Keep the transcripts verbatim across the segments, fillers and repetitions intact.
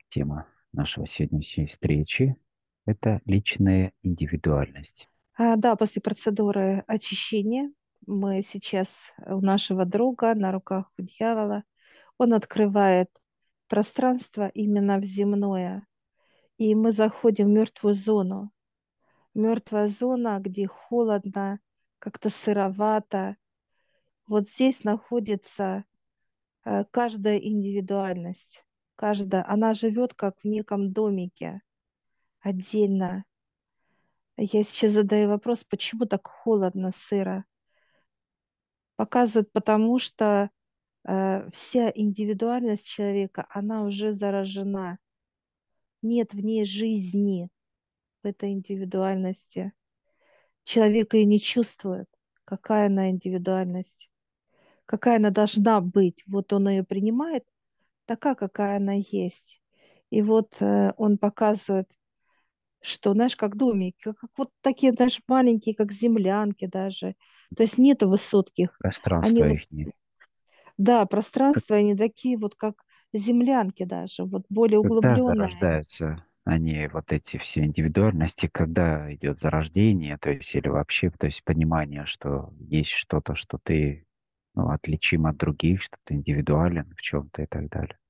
Тема нашего сегодняшней встречи — это личная индивидуальность. А, да, после процедуры очищения мы сейчас у нашего друга на руках у дьявола. Он открывает пространство именно в земное, и мы заходим в мертвую зону. Мертвая зона, где холодно, как-то сыровато. Вот здесь находится э, каждая индивидуальность. Каждая, она живет как в неком домике отдельно. Я сейчас задаю вопрос, почему так холодно, сыро? Показывают, потому что э, вся индивидуальность человека, она уже заражена. Нет в ней жизни, в этой индивидуальности. Человек ее не чувствует, какая она индивидуальность, какая она должна быть. Вот он ее принимает, такая, какая она есть. И вот э, он показывает, что, знаешь, как домики, как, как вот такие даже маленькие, как землянки даже. То есть нету высотких. Они Пространство вот, их не... да, Как- пространства, они такие вот, как землянки даже, вот более Когда углубленные. зарождаются они, вот эти все индивидуальности, когда идет зарождение, то есть или вообще, то есть понимание, что есть что-то, что ты, ну, отличим от других, что ты индивидуален в чем-то и так далее.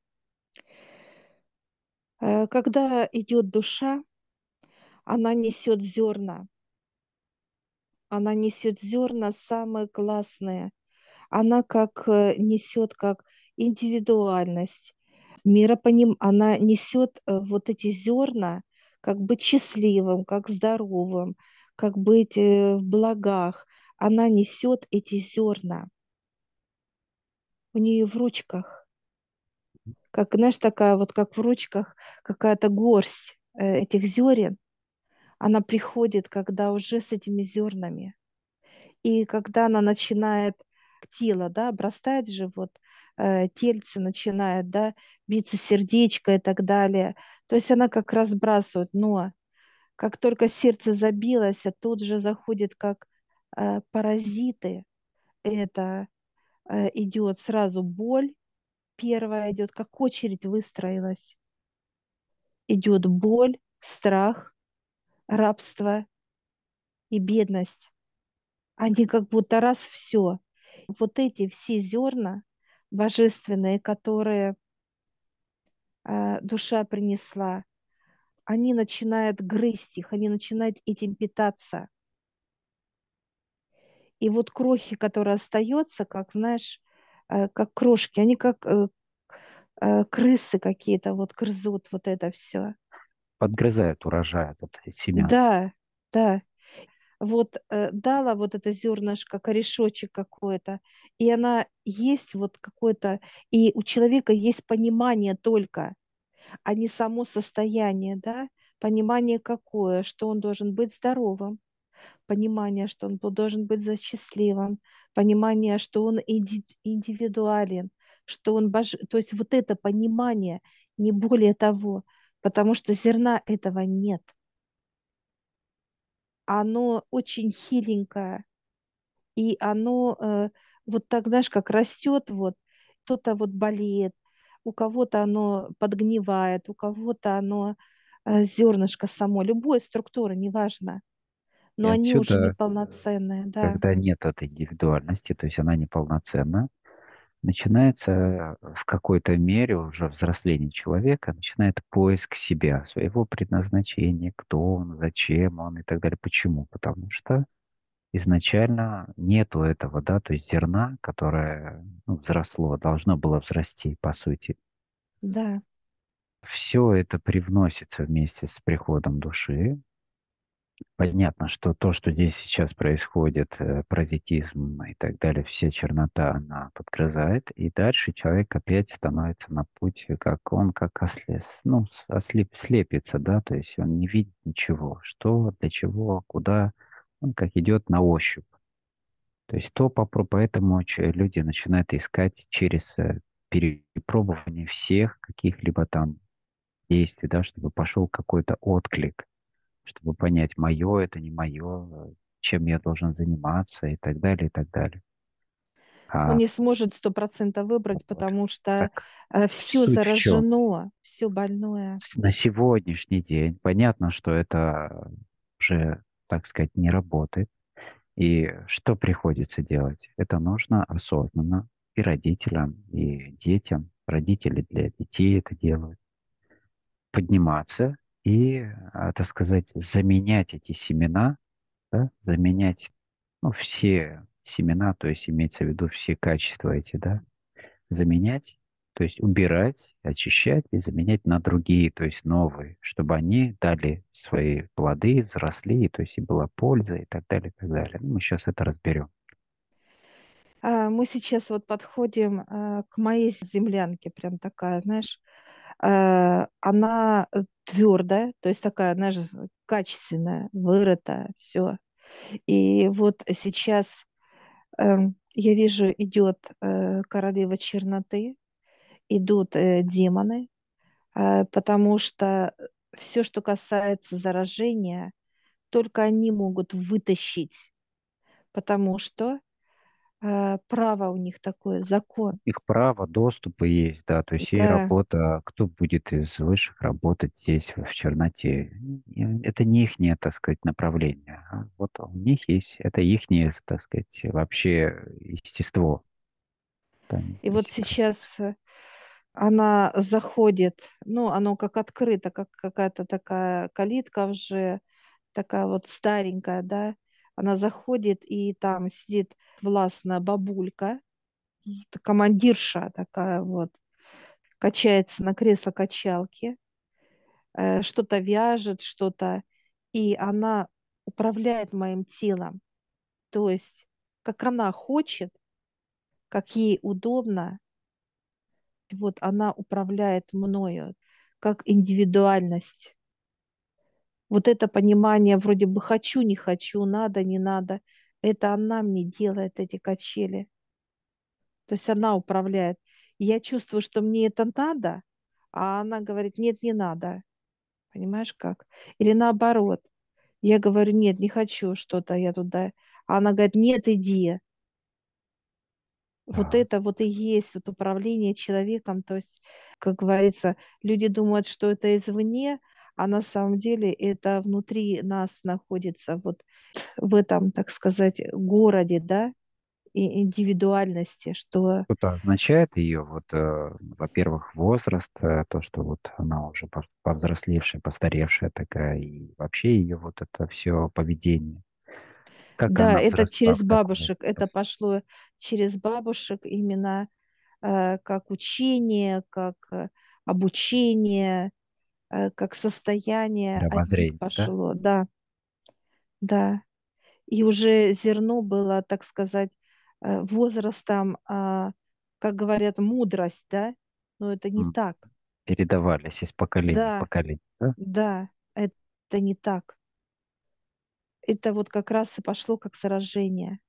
Э, Когда идет душа, она несет зерна. Она несет зерна самые классные. Она как э, несет как индивидуальность, миропоним, она несет э, вот эти зерна, как быть счастливым, как здоровым, как быть э, в благах. Она несет эти зерна у нее в ручках, как, знаешь, такая вот, как в ручках какая-то горсть э, этих зерен. Она приходит, когда уже с этими зернами. И когда она начинает тело, да, обрастает же вот э, тельце начинает, да, биться сердечко и так далее. То есть она как разбрасывает, но как только сердце забилось, а тут же заходит как э, паразиты. Это э, идет сразу боль, первая идет, как очередь выстроилась. Идет боль, страх, рабство и бедность. Они как будто раз все. Вот эти все зерна божественные, которые э, душа принесла, они начинают грызть их, они начинают этим питаться. И вот крохи, которые остаются, как, знаешь, э, как крошки, они как э, э, крысы какие-то вот грызут вот это все. Подгрызают урожай от семян. Да, да. Вот э, дала вот это зернышко, корешочек какой-то, и она есть вот какой-то, и у человека есть понимание только, а не само состояние, да, понимание какое, что он должен быть здоровым, понимание, что он бу- должен быть за счастливым, понимание, что он иди- индивидуален, что он бож... То есть вот это понимание, не более того, потому что зерна этого нет. Оно очень хиленькое, и оно э, вот так, знаешь, как растет, вот, кто-то вот болеет, у кого-то оно подгнивает, у кого-то оно э, зернышко само, любой структуры, неважно, И но они уже отсюда, неполноценные, да, когда нет этой индивидуальности, то есть она неполноценна, начинается в какой-то мере уже взросление человека, начинает поиск себя, своего предназначения, кто он, зачем он и так далее. Почему? Потому что изначально нету этого, да, то есть зерна, которое, ну, взросло, должно было взрасти, по сути. да, Все это привносится вместе с приходом души. Понятно, что то, что здесь сейчас происходит, э, паразитизм и так далее, вся чернота, она подгрызает, и дальше человек опять становится на путь, как он, как ослес, ну, с- ослеп, слепится, да, то есть он не видит ничего, что, для чего, куда, он как идет на ощупь. То есть то попро- поэтому ч- люди начинают искать через э, перепробование всех каких-либо там действий, да, чтобы пошел какой-то отклик, чтобы понять, мое это не мое, чем я должен заниматься и так далее, и так далее. Он А не сможет сто процентов выбрать, вот потому что так все суть в чем? заражено, все больное. На сегодняшний день понятно, что это уже, так сказать, не работает. И что приходится делать? Это нужно осознанно и родителям, и детям. Родители для детей это делают. Подниматься и, а, так сказать, заменять эти семена, да, заменять, ну, все семена, то есть имеется в виду все качества эти, да, заменять, то есть убирать, очищать и заменять на другие, то есть новые, чтобы они дали свои плоды, взросли, то есть и была польза и так далее, и так далее. Ну, мы сейчас это разберем. А, Мы сейчас вот подходим а, к моей землянке, прям такая, знаешь, а, она твердая, то есть такая, знаешь, качественная, вырытая, все. И вот сейчас эм, я вижу, идет э, королева черноты, идут э, демоны, э, потому что все, что касается заражения, только они могут вытащить, потому что э, право у них такое, закон. Их право доступа есть, да, то есть и Да, работа, кто будет из высших работать здесь, в черноте, И это не их, так сказать, направление. А вот у них есть, это их, так сказать, вообще естество. Да, и вот естество. сейчас э, она заходит, ну, оно как открыто, как какая-то такая калитка уже, такая вот старенькая, да, она заходит, и там сидит властная бабулька, т- командирша такая вот, качается на кресло-качалке, э, что-то вяжет, что-то, и она управляет моим телом, то есть как она хочет, как ей удобно, вот она управляет мною, как индивидуальность. Вот это понимание вроде бы хочу, не хочу, надо, не надо, это она мне делает эти качели. То есть она управляет. И я чувствую, что мне это надо, а она говорит, нет, не надо. Понимаешь как? Или наоборот. Я говорю, нет, не хочу что-то я туда. А она говорит, нет, иди. Вот А, это вот и есть вот управление человеком. То есть, как говорится, люди думают, что это извне, а на самом деле это внутри нас находится, вот в этом, так сказать, городе, да, и индивидуальности, что Что-то означает ее, вот, э, во-первых, возраст, э, то, что вот она уже пов- повзрослевшая, постаревшая такая, и вообще ее вот это все поведение. Как да, она это взросла через в таком бабушек, это возрасте? пошло через бабушек именно э, как учение, как э, обучение, э, как состояние от них Мировоззрение, да? пошло, да, да. И уже зерно было, так сказать, э, возрастом, а, как говорят, мудрость, да, но это не М, так. Передавались из поколения в Да, поколение, да? да, это не так. Это вот как раз и пошло как заражение.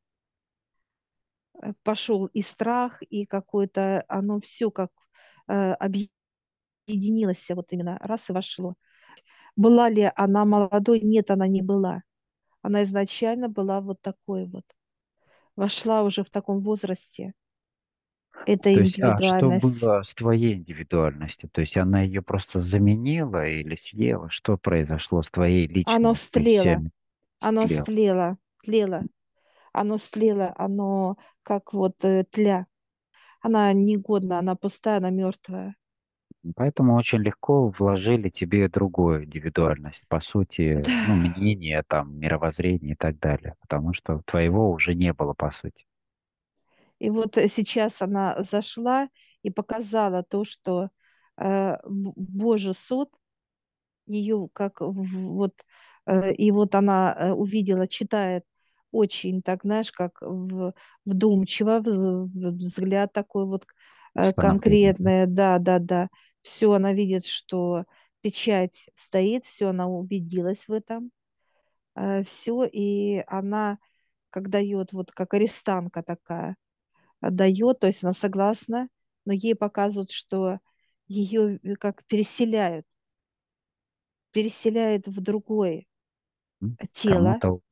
Э, Пошел и страх, и какое-то, оно все как э, объединилось, вот именно раз и вошло. Была ли она молодой? Нет, она не была. Она изначально была вот такой вот. Вошла уже в таком возрасте. Это То есть, а что индивидуальность. было с твоей индивидуальностью? То есть она ее просто заменила или съела? Что произошло с твоей Оно личностью, стлело. всем Оно слил? стлело. Тлело. Оно стлело. Оно как вот э, тля. Она негодна, она пустая, она мертвая. Поэтому очень легко вложили тебе другую индивидуальность, по сути, ну, Да. мнение, там, мировоззрение и так далее, потому что твоего уже не было, по сути. И вот э, сейчас она зашла и показала то, что э, Б- Божий суд ее как в- вот э, и вот она э, увидела, читает очень так, знаешь, как в- вдумчиво, вз- в- взгляд такой вот э, Становление, да? конкретное, да, да, да. Все, она видит, что печать стоит, все, она убедилась в этом, все, и она как дает, вот как арестантка такая, дает, то есть она согласна, но ей показывают, что ее как переселяют, переселяют в другое М? тело, Кому-то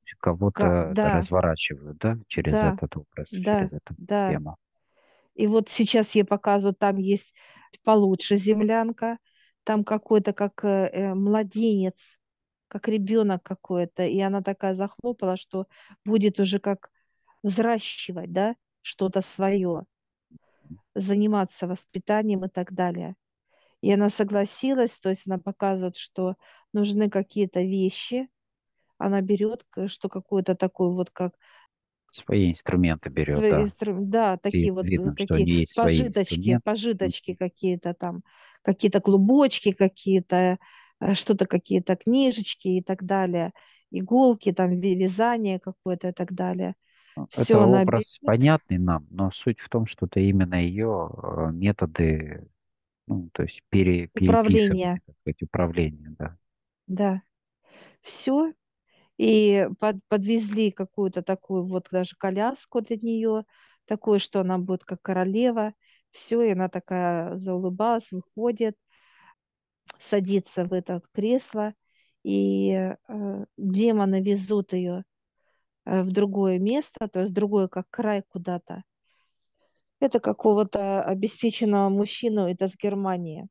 Ка- Кого-то Да, разворачивают, да, через да, этот образ, да, через эту да. тему. И вот сейчас я показываю, там есть получше землянка, там какой-то как э, э, младенец, как ребенок какой-то, и она такая захлопала, что будет уже как взращивать, да, что-то свое, заниматься воспитанием и так далее. И она согласилась, то есть она показывает, что нужны какие-то вещи, она берет, к- что какой-то такой вот как Свои инструменты берет, свои да. инстру- да, Ви- такие вот э, Видно, что у какие нее есть свои пожиточки, инструменты. пожиточки Мгм. какие-то там, какие-то клубочки какие-то, э, что-то какие-то книжечки и так далее, иголки, там ви- вязание какое-то и так далее. Ну, Все это она образ берет, понятный нам, но суть в том, что это именно ее э, методы, ну, то есть пере, переписывания, управление, так сказать, управления, да. да, все. И под- подвезли какую-то такую вот даже коляску для нее, такую, что она будет как королева. Все, и она такая заулыбалась, выходит, садится в это кресло, и э, демоны везут ее э, в другое место, то есть другой как край куда-то. Это какого-то обеспеченного мужчину, это с Германии.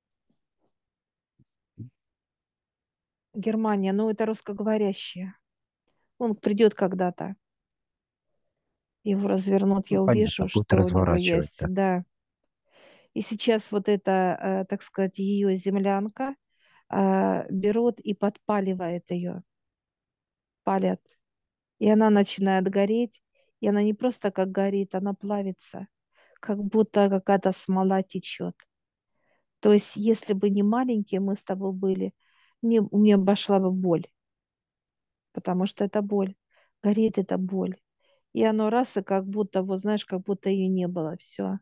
Германия, ну это русскоговорящие. Он придет когда-то, его развернут, Ну, я понятно, увижу, будет что у него разворачивать, есть, да. да. И сейчас вот эта, э, так сказать, ее землянка а, берут и подпаливает ее, палят. И она начинает гореть, и она не просто как горит, она плавится, как будто какая-то смола течет. То есть, если бы не маленькие мы с тобой были, мне, у меня обошла бы боль, потому что это боль. Горит это боль. И оно раз, и как будто, вот знаешь, как будто ее не было. Все.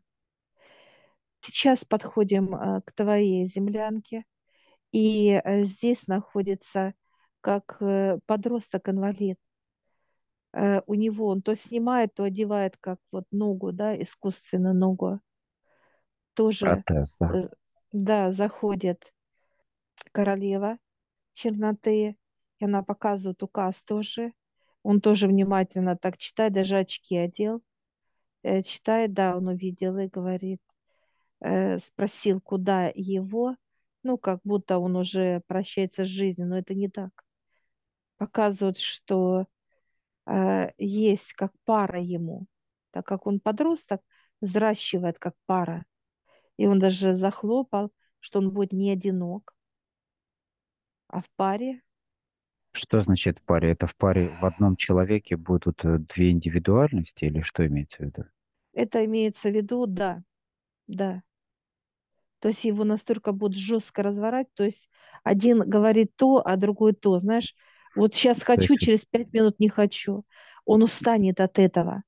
Сейчас подходим э, к твоей землянке. И э, здесь находится как э, подросток-инвалид. Э, у него он то снимает, то одевает как вот ногу, да, искусственную ногу. Тоже, Протест, да. э, да, заходит королева черноты, и она показывает указ тоже. Он тоже внимательно так читает, даже очки одел. Э, читает, да, он увидел и говорит, э, спросил, куда его, ну, как будто он уже прощается с жизнью, но это не так. Показывают, что э, есть как пара ему, так как он подросток, взращивает как пара. И он даже захлопал, что он будет не одинок, а в паре. Что значит в паре? Это в паре в одном человеке будут э, две индивидуальности или что имеется в виду? Это имеется в виду, да, да. То есть его настолько будут жестко разворачивать, то есть один говорит то, а другой то. Знаешь, вот сейчас То хочу, есть через пять минут не хочу. Он устанет от этого.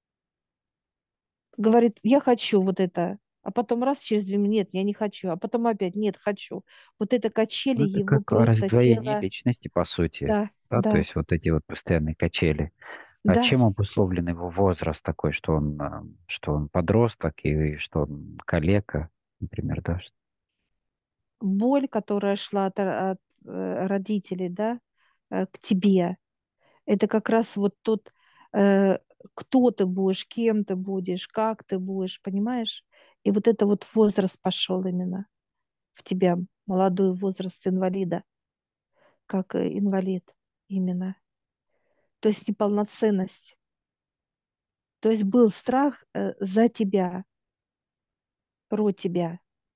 Говорит, я хочу вот это, а потом раз через две минуты, нет, я не хочу, а потом опять, нет, хочу. Вот это качели ну, это его как просто раздвоение тело, личности, по сути. да, Да, то да, есть вот эти вот постоянные качели. А да. чем обусловлен его возраст такой, что он, а, что он подросток и что он калека, например, да? Ш- Боль, которая шла от, от, э, родителей, да, э, к тебе, это как раз вот тот, э, кто ты будешь, кем ты будешь, как ты будешь, понимаешь? И вот это вот возраст пошел именно в тебя, молодой возраст инвалида, как э, инвалид именно. То есть неполноценность. То есть был страх э, за тебя, про тебя.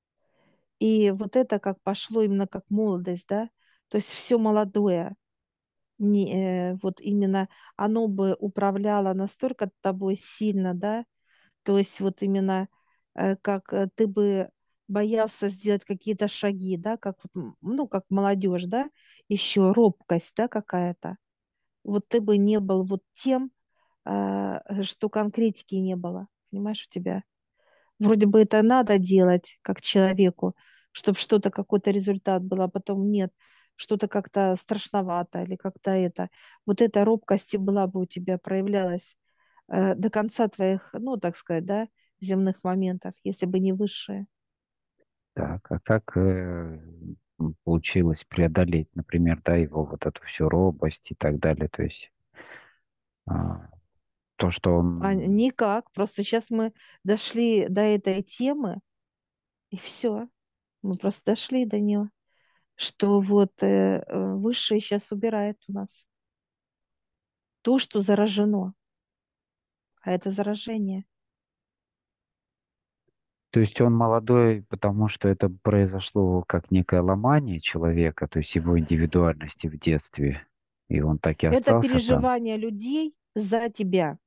И вот это как пошло именно как молодость, да? То есть все молодое, не, э, вот именно оно бы управляло настолько тобой сильно, да? То есть вот именно э, как э, ты бы боялся сделать какие-то шаги, да, как вот, м, ну, как молодежь, да, еще робкость, да, какая-то. Вот ты бы не был вот тем, а, что конкретики не было, понимаешь, у тебя. Вроде бы это надо делать как человеку, чтобы что-то, какой-то результат был, а потом нет, что-то как-то страшновато или как-то это. Вот эта робкость и была бы у тебя, проявлялась э, до конца твоих, ну, так сказать, да, земных моментов, если бы не высшие. Так, а как э, м, получилось преодолеть, например, да, его вот эту всю робость и так далее, то есть А, то, что А он... никак. Просто сейчас мы дошли до этой темы, и все. Мы просто дошли до нее, что вот э, э, высшее сейчас убирает у нас то, что заражено. А это заражение. То есть он молодой, потому что это произошло как некое ломание человека, то есть его индивидуальности в детстве, и он так и Это остался там. переживание людей за тебя,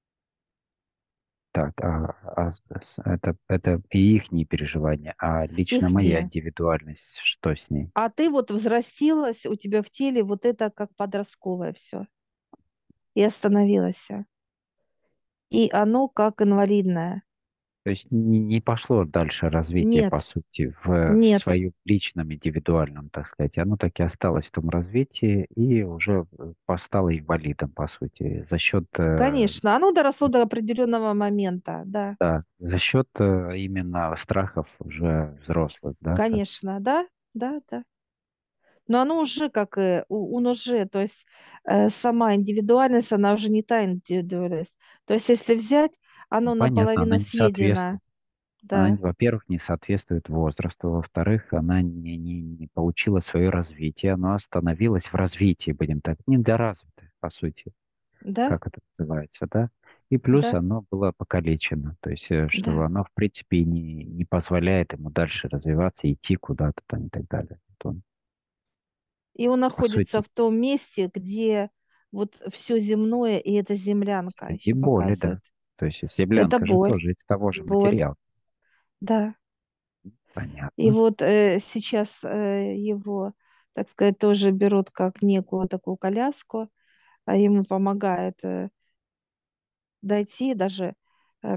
Так, а, а с- это, это и их переживания, а лично моя ихние. индивидуальность, что с ней? А ты вот взрастилась, у тебя в теле вот это как подростковое все. И остановилось. И оно как инвалидное. То есть не, не пошло дальше развитие, по Нет, сути, в нет. своем личном, индивидуальном, так сказать. Оно так и осталось в том развитии и уже э, стало инвалидом, по сути, за счет, э, Конечно, оно доросло до определенного момента, да. да, за счет э, именно страхов уже взрослых, да, так. Конечно, да, да, да. Но оно уже как, э, у- он уже, то есть э, сама индивидуальность, она уже не та индивидуальность. То есть если взять, Ну, оно понятно, она наполовину не съедено, соответствует. Она, да, во-первых, не соответствует возрасту, во-вторых, она не, не, не получила свое развитие, она остановилась в развитии, будем так, недоразвитая, по сути, да, как это называется, да? И плюс да, оно было покалечено, то есть, э, что да. оно, в принципе, не, не позволяет ему дальше развиваться, идти куда-то там и так далее. Вот он, И он по находится сути, в том месте, где вот все земное, и это землянка и еще боли, показывает. да. То есть Это землянка же боль, тоже из того же боль, материала. да. И Понятно. вот э, сейчас э, его, так сказать, тоже берут как некую такую коляску, а ему помогает э, дойти, даже э,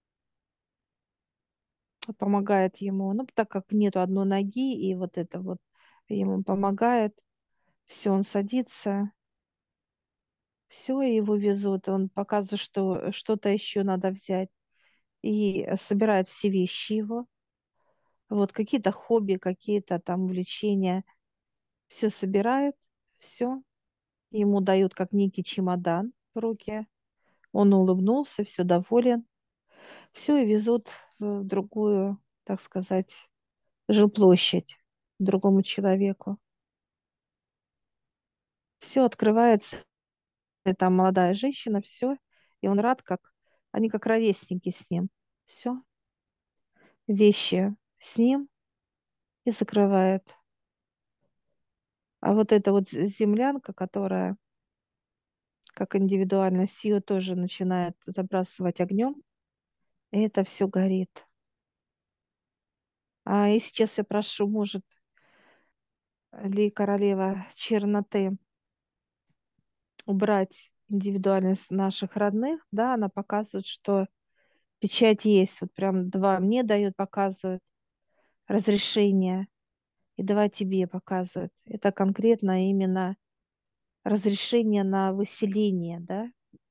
помогает ему, ну, так как нету одной ноги, и вот это вот ему помогает, все, он садится, все, его везут, он показывает, что что-то еще надо взять, и э, собирает все вещи его, вот какие-то хобби, какие-то там увлечения, все собирают, все, ему дают как некий чемодан в руки, он улыбнулся, все доволен, все и везут в другую, так сказать, жилплощадь другому человеку. Все открывается, и там молодая женщина, все, и он рад, как они как ровесники с ним. Все, вещи с ним и закрывает. А вот эта вот з- землянка, которая как индивидуальность, ее тоже начинает забрасывать огнем, и это все горит. А и сейчас я прошу, может ли королева черноты убрать индивидуальность наших родных, да, она показывает, что печать есть, вот прям два мне дают, показывают разрешение, и два тебе показывают. Это конкретно именно разрешение на выселение, да,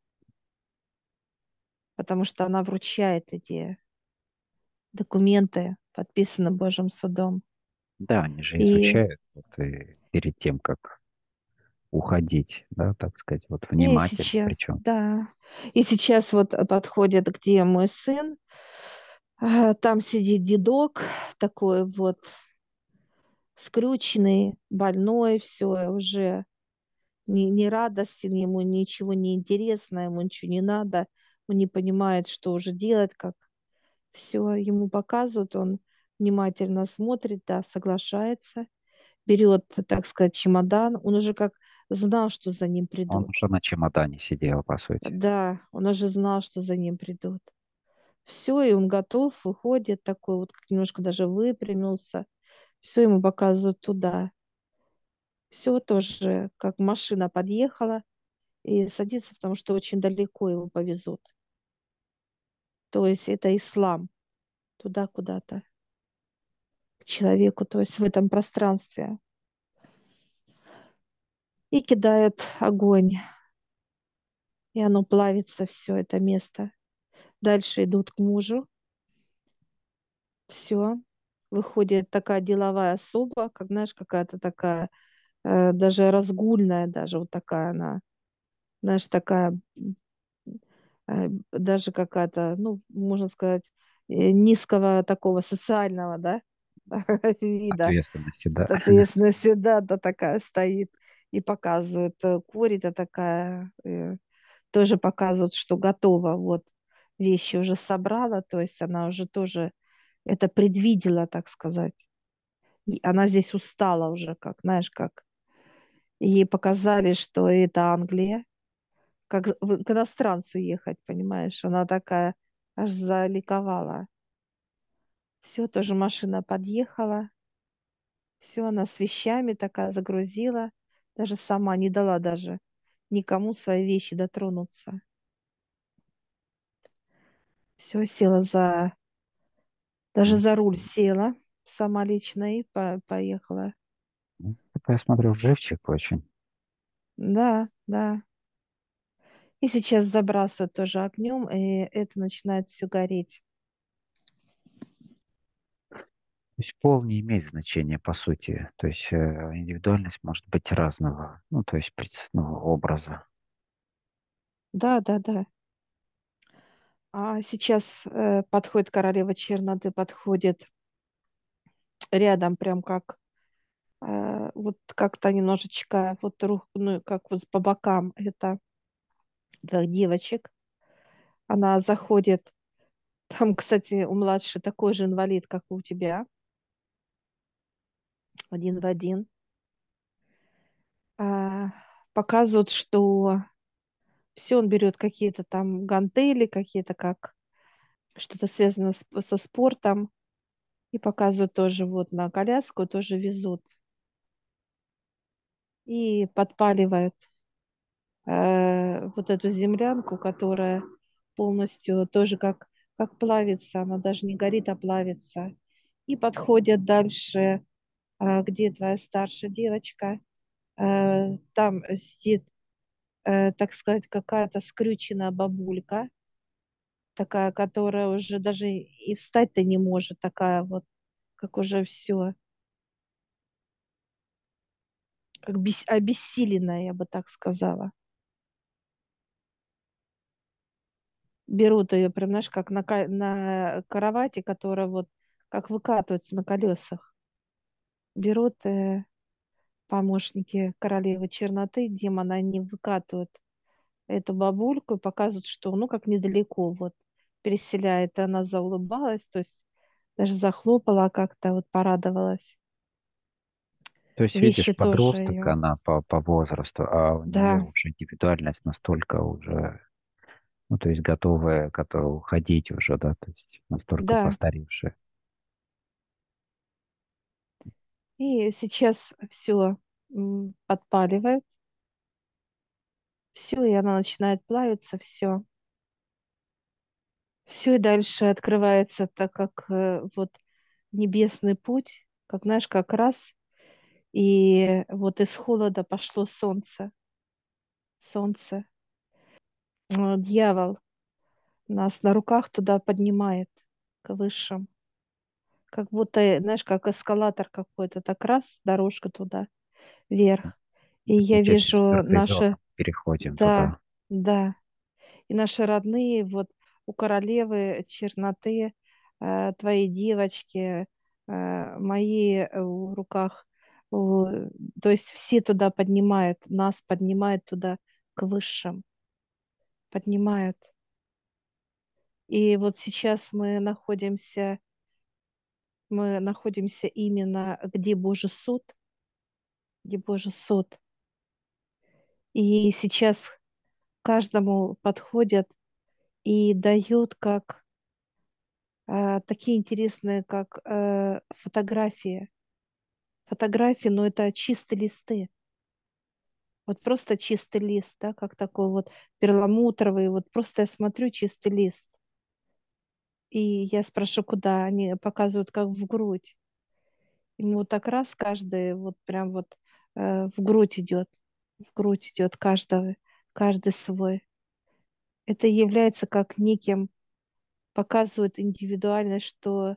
потому что она вручает эти документы, подписанные Божьим судом. Да, они же И, изучают вот, и перед тем, как уходить, да, так сказать, вот и внимательно сейчас, причем. да, и сейчас вот подходит, где мой сын, а, там сидит дедок, такой вот скрюченный, больной, все уже не, не радостен, ему ничего не интересно, ему ничего не надо, он не понимает, что уже делать, как все ему показывают, он внимательно смотрит, да, соглашается, берет, так сказать, чемодан, он уже как знал, что за ним Он придут. уже на чемодане сидел, по сути. Да, он уже знал, что за ним придут. Все, и он готов, выходит такой вот, как немножко даже выпрямился. Все ему показывают туда. Все тоже, как машина подъехала и садится, потому что очень далеко его повезут. То есть это ислам, туда куда-то, к человеку, то есть в этом пространстве. И кидают огонь, и оно плавится, все это место. Дальше идут к мужу, все. Выходит такая деловая особа, как, знаешь, какая-то такая, э, даже разгульная, даже вот такая она. знаешь, такая э, даже какая-то, ну, можно сказать, э, низкого такого социального, да, вида, Ответственности, да. ответственности, да, да, такая стоит и показывает, э, курит, такая, э, тоже показывает, что готова, вот, вещи уже собрала, то есть она уже тоже это предвидела, так сказать. И она здесь устала уже, как, знаешь, как ей показали, что это Англия, как в- к иностранцу ехать, понимаешь? Она такая аж заликовала. Все, тоже машина подъехала, все, она с вещами такая загрузила, даже сама не дала даже никому свои вещи дотронуться. Все, села за, даже Ну, за руль села сама лично и по- поехала. ну, такая, смотрю, живчик очень. Да, да. И сейчас забрасывают тоже огнем, и это начинает все гореть. То есть пол не имеет значения, по сути. То есть э, индивидуальность может быть разного, ну, то есть пред- ну, образа. Да, да, да. А сейчас э, подходит королева черноты, подходит рядом, прям как э, вот как-то немножечко вот рух, ну, как вот по бокам это двух девочек. Она заходит. Там, кстати, у младшей такой же инвалид, как и у тебя, один в один. А, показывают, что все, он берет какие-то там гантели, какие-то как что-то связано с- со спортом, и показывают тоже вот на коляску, тоже везут и подпаливают э, вот эту землянку, которая полностью тоже как, как плавится, она даже не горит, а плавится. И подходят дальше, э, где твоя старшая девочка, э, там сидит, э, так сказать, какая-то скрюченная бабулька, такая, которая уже даже и встать-то не может, такая вот, как уже все, как бес- обессиленная, я бы так сказала. Берут ее, прям, знаешь, как на, ка- на кровати, которая вот как выкатывается на колесах. Берут э, помощники королевы черноты, демона, они выкатывают эту бабульку и показывают, что, ну, как недалеко вот переселяет. И она заулыбалась, то есть даже захлопала как-то, вот порадовалась. То есть, Вещи видишь, тоже подросток ее. она по, по возрасту, а у нее Да, уже индивидуальность настолько уже, ну, то есть готовая, которая уходить уже, да, то есть настолько да. постаревшая. И сейчас все подпаливает, все, и она начинает плавиться, все. Все, и дальше открывается, так как э, вот небесный путь, как знаешь, как раз, и вот из холода пошло солнце, солнце. Э, Дьявол нас на руках туда поднимает, к высшим. Как будто, э, знаешь, как эскалатор какой-то, так раз, дорожка туда, вверх. И Это я получается вижу четвертый наши, зону. Переходим да, туда. да, и наши родные, вот у королевы черноты, э, твои девочки, э, мои э, в руках, у- то есть все туда поднимают, нас поднимают туда к высшим, поднимают. И вот сейчас мы находимся, мы находимся именно где Божий суд, где Божий суд. И сейчас каждому подходят и дают как а, такие интересные, как э, фотографии. Фотографии, но это чистые листы. Вот просто чистый лист, да, как такой вот перламутровый. Вот просто я смотрю чистый лист. И я спрашиваю, куда? Они показывают, как в грудь. И вот так раз каждый вот прям вот э, в грудь идет. В грудь идет каждого, каждый свой. Это является как неким, показывает индивидуально, что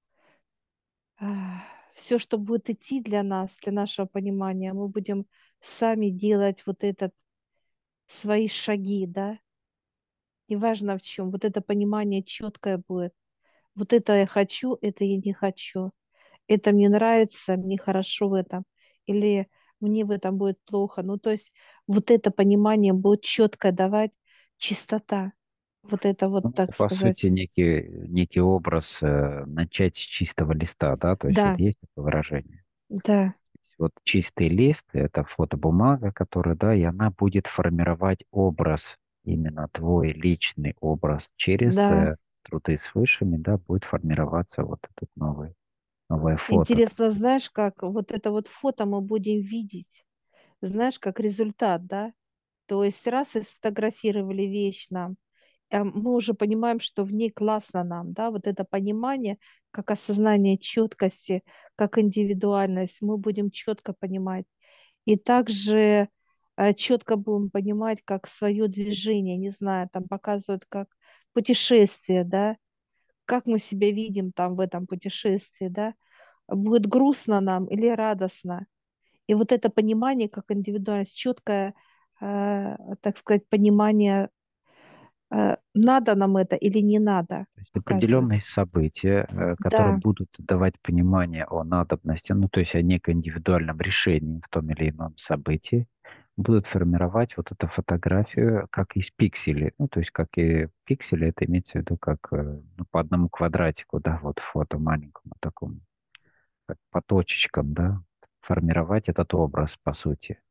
все, что будет идти для нас, для нашего понимания, мы будем сами делать вот этот свои шаги, да, неважно в чем, вот это понимание четкое будет. Вот это я хочу, это я не хочу. Это мне нравится, мне хорошо в этом. Или мне в этом будет плохо. Ну, то есть вот это понимание будет четко давать чистота. Вот это вот, Ну, это, так по сути, сказать. некий, некий образ э, начать с чистого листа, да, то есть вот Да, есть такое выражение. да, Вот чистый лист — это фотобумага, которая, да, и она будет формировать образ, именно твой личный образ через да. э, труды с высшими, да, будет формироваться вот этот новый, новое фото. Интересно, знаешь, как вот это вот фото мы будем видеть, знаешь, как результат, да? То есть раз и сфотографировали вещь нам, а мы уже понимаем, что в ней классно нам, да, вот это понимание, как осознание четкости, как индивидуальность, мы будем четко понимать. И также четко будем понимать, как свое движение, не знаю, там показывают как путешествие, да, как мы себя видим там в этом путешествии, да, будет грустно нам или радостно. И вот это понимание как индивидуальность, четкое, э, так сказать, понимание, э, надо нам это или не надо, То есть определенные показывает. события, э, которые Да, будут давать понимание о надобности, ну, то есть о неком индивидуальном решении в том или ином событии, будут формировать вот эту фотографию как из пикселей. Ну, то есть как и пиксели, это имеется в виду как э, ну, по одному квадратику, да, вот фото маленькому такому, как по точечкам, да, формировать этот образ, по сути.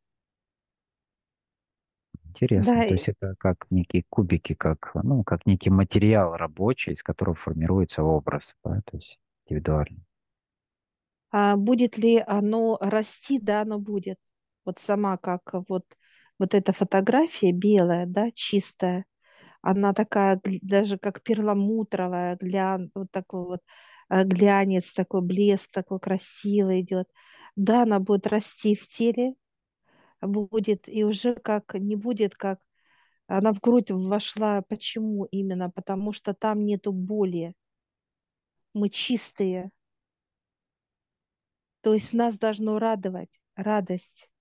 да, Интересно. То и, есть это как некие кубики, как, ну, как некий материал рабочий, из которого формируется образ, да, то есть индивидуальный. а будет ли оно расти? Да, оно будет. Вот сама как вот, вот эта фотография белая, да, чистая, она такая гл- даже как перламутровая, глян, вот такой вот э, глянец, такой блеск, такой красивый идет. Да, она будет расти в теле, будет, и уже как не будет, как она в грудь вошла. Почему именно? Потому что там нету боли. Мы чистые. То есть нас должно радовать, радость.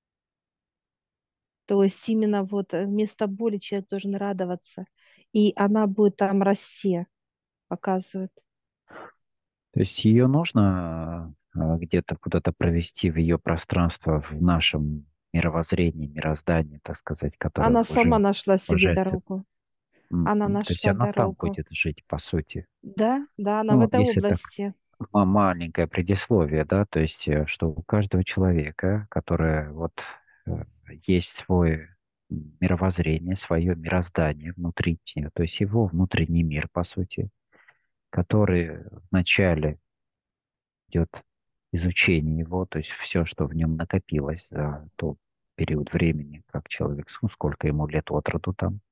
То есть именно вот э, вместо боли человек должен радоваться. И она будет там расти, показывает. То есть ее нужно э, где-то куда-то провести в ее пространство в нашем мировоззрении, мироздании, так сказать, которое Она сама уже нашла себе божественно. дорогу. М, Она м. То есть нашла она там дорогу. будет жить, по сути. Да, да, она в Ну, этой если так, области. ма- маленькое предисловие, да, то есть, э, что у каждого человека, которое вот э, есть свое мировоззрение, свое мироздание внутри, него, то есть его внутренний мир, по сути, который вначале идет изучение его, то есть все, что в нем накопилось за тот период времени, как человек, ну, сколько ему лет от роду там.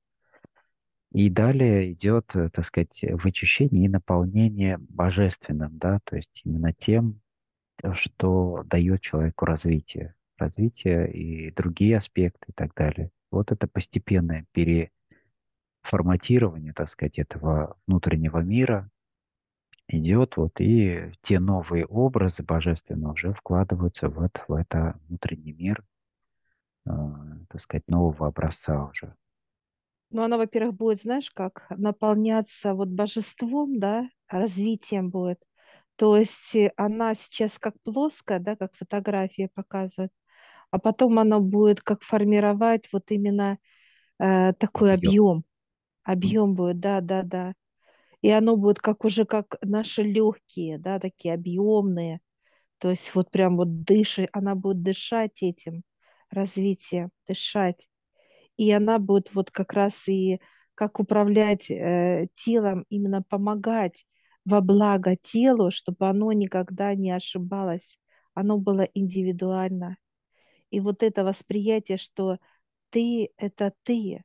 И далее идет, э, так сказать, вычищение и наполнение божественным, да, то есть именно тем, э, что дает человеку развитие. Развитие и другие аспекты и так далее. Вот это постепенное переформатирование, так сказать, этого внутреннего мира идет, вот, и те новые образы божественные уже вкладываются вот в это внутренний мир, э, так сказать, нового образца уже. Но она, во-первых, будет, знаешь, как наполняться вот божеством, да, развитием будет. То есть э, она сейчас как плоская, да, как фотография показывает, а потом она будет как формировать вот именно э, такой Объем. объем. М. Объем будет, да, да, да. И оно будет как уже как наши легкие, да, такие объемные. То есть вот прям вот дыши, она будет дышать этим развитием, дышать. И она будет вот как раз и как управлять э, телом, именно помогать во благо телу, чтобы оно никогда не ошибалось. Оно было индивидуально. И вот это восприятие, что ты — это ты,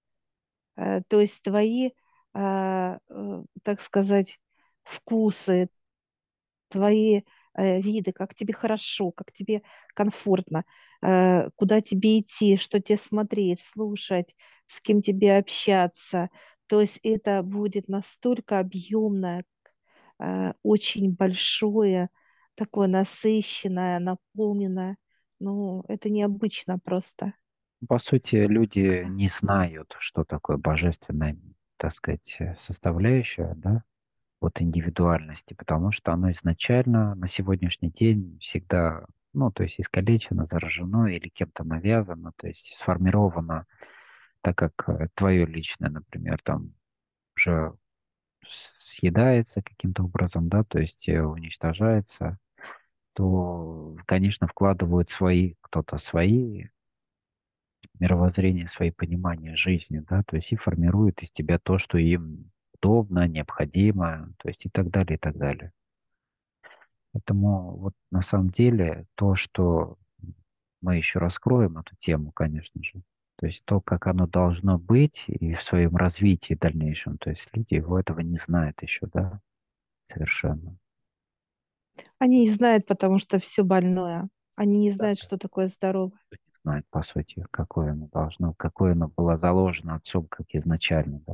э, то есть твои, а, э, так сказать, вкусы, твои э, виды, как тебе хорошо, как тебе комфортно, э, куда тебе идти, что тебе смотреть, слушать, с кем тебе общаться. То есть это будет настолько объемное, э, очень большое, такое насыщенное, наполненное. Ну, это необычно просто. По сути, люди не знают, что такое божественная, так сказать, э, составляющая, да, вот индивидуальности, потому что оно изначально на сегодняшний день всегда, ну, то есть искалечено, заражено или кем-то навязано, то есть сформировано, так как э, твое личное, например, там уже с- съедается каким-то образом, да, то есть э, уничтожается, то, конечно, вкладывают свои, кто-то свои мировоззрения, свои понимания жизни, да, то есть и формируют из тебя то, что им удобно, необходимо, то есть и так далее, и так далее. Поэтому вот на самом деле то, что мы еще раскроем эту тему, конечно же, то есть то, как оно должно быть и в своем развитии дальнейшем, то есть люди его этого не знают еще, да, совершенно. Они не знают, потому что все больное. Они не Да. знают, что такое здоровье. Кто не знает, по сути, какое оно должно, какое оно было заложено отцом, как изначально, да.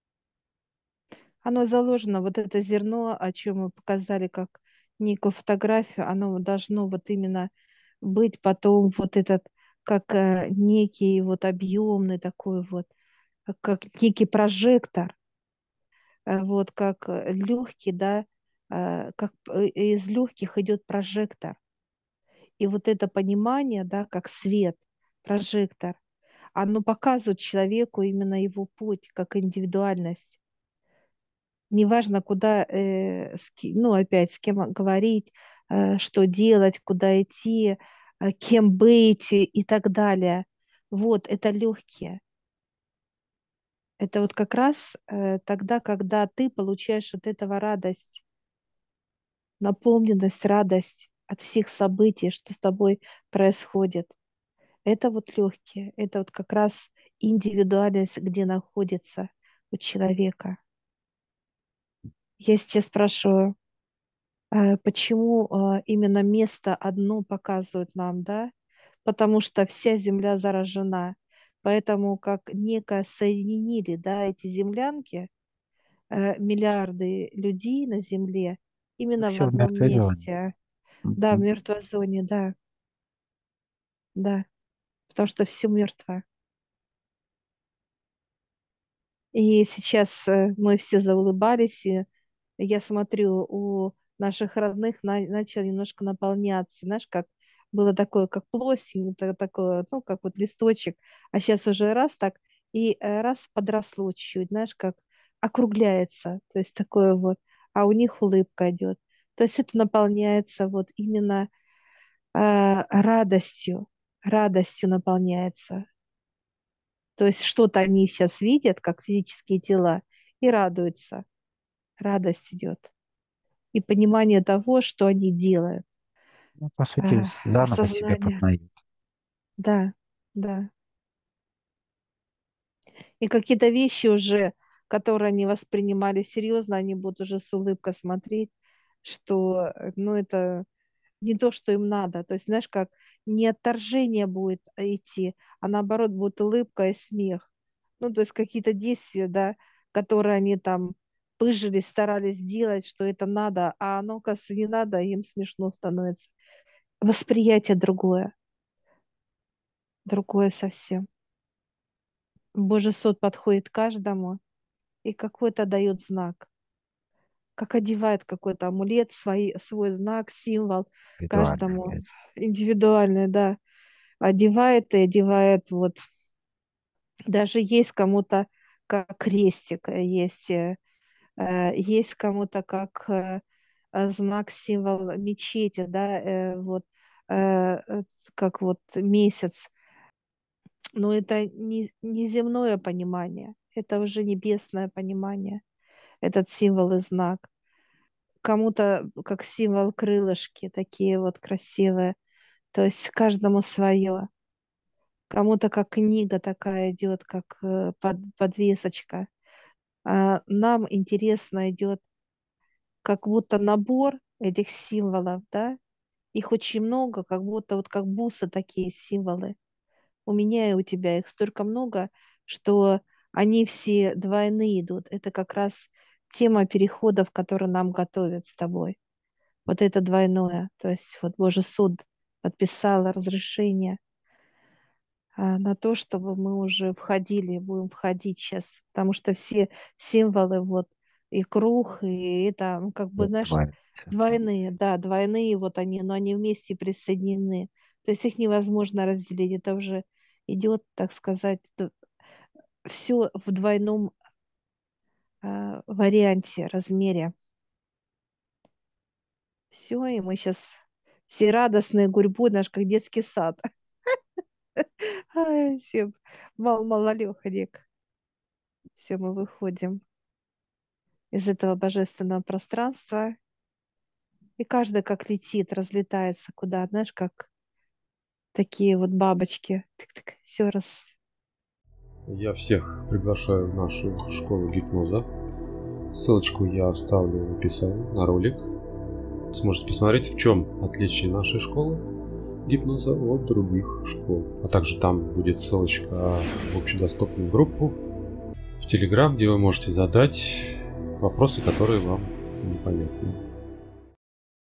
Оно заложено, вот это зерно, о чем мы показали, как некую фотографию, оно должно вот именно быть потом вот этот, как э, некий вот объемный такой вот, э, как некий прожектор, э, вот как легкий, да, э, как п- из легких идет прожектор. И вот это понимание, да, как свет, прожектор, оно показывает человеку именно его путь, как индивидуальность. Неважно, куда, э, с ки- ну, опять, с кем говорить, э, что делать, куда идти, э, кем быть и, и так далее. Вот, это легкие. Это вот как раз э, тогда, когда ты получаешь от этого радость, наполненность, радость от всех событий, что с тобой происходит. Это вот легкие, это вот как раз индивидуальность, где находится у человека. Я сейчас спрашиваю, а почему а, именно место одно показывают нам, да? Потому что вся земля заражена. Поэтому как некое соединили, да, эти землянки, э, миллиарды людей на земле именно в Все в одном мертвой зоне. месте. Да, в Мгм. мертвой зоне, да, да, потому что все мертво. И сейчас э, мы все заулыбались, и я смотрю, у наших родных на, начал немножко наполняться. Знаешь, как было такое, как плосень, та- такое, ну, как вот листочек, а сейчас уже раз так, и э, раз подросло чуть-чуть, знаешь, как округляется, то есть такое вот, а у них улыбка идет. То есть это наполняется вот именно э, радостью, радостью наполняется. То есть что-то они сейчас видят, как физические тела, и радуются. Радость идет. И понимание того, что они делают. Ну, по сути, А, с- заново себя осознание. познают. Да, да. И какие-то вещи уже, которые они воспринимали серьезно, они будут уже с улыбкой смотреть, что, э, ну, это не то, что им надо. То есть, знаешь, как не отторжение будет идти, а наоборот будет улыбка и смех. Ну, то есть какие-то действия, да, которые они там пыжили, старались сделать, что это надо, а оно, кажется, не надо, и им смешно становится. Восприятие другое, другое совсем. Божий суд подходит к каждому и какой-то дает знак, как одевает какой-то амулет, свой, свой знак, символ Индивидуально, каждому опять. индивидуальный, да, одевает и одевает вот. Даже есть кому-то как крестик, э, есть, э, э, есть кому-то как э, э, знак, символ мечети, да, э, вот э, э, как вот месяц. Но это не, не земное понимание, это уже небесное понимание, этот символ и знак. Кому-то как символ крылышки, такие вот красивые, то есть каждому свое. Кому-то как книга такая идет, как э, под, подвесочка. А нам интересно идет как будто набор этих символов, да? Их очень много, как будто вот как бусы такие символы. У меня и у тебя их столько много, что они все двойные идут. Это как раз тема переходов, которые нам готовят с тобой. Вот это двойное. То есть вот Божий суд подписал разрешение а, на то, чтобы мы уже входили, будем входить сейчас, потому что все символы, вот, и круг, и это, ну, как бы, знаешь, Сбывается. двойные, да, двойные, вот они, но они вместе присоединены. То есть их невозможно разделить. Это уже идет, так сказать, все в двойном а, варианте, размере. Все, и мы сейчас все радостные гурьбой, наш как детский сад. Ай, все мал малолеток. Все, мы выходим из этого божественного пространства, и каждый как летит, разлетается куда, знаешь, как такие вот бабочки. Тык-тык, все раз. Я всех приглашаю в нашу школу гипноза. Ссылочку я оставлю в описании на ролик. Сможете посмотреть, в чем отличие нашей школы гипноза от других школ. А также там будет ссылочка в общедоступную группу в Telegram, где вы можете задать вопросы, которые вам непонятны.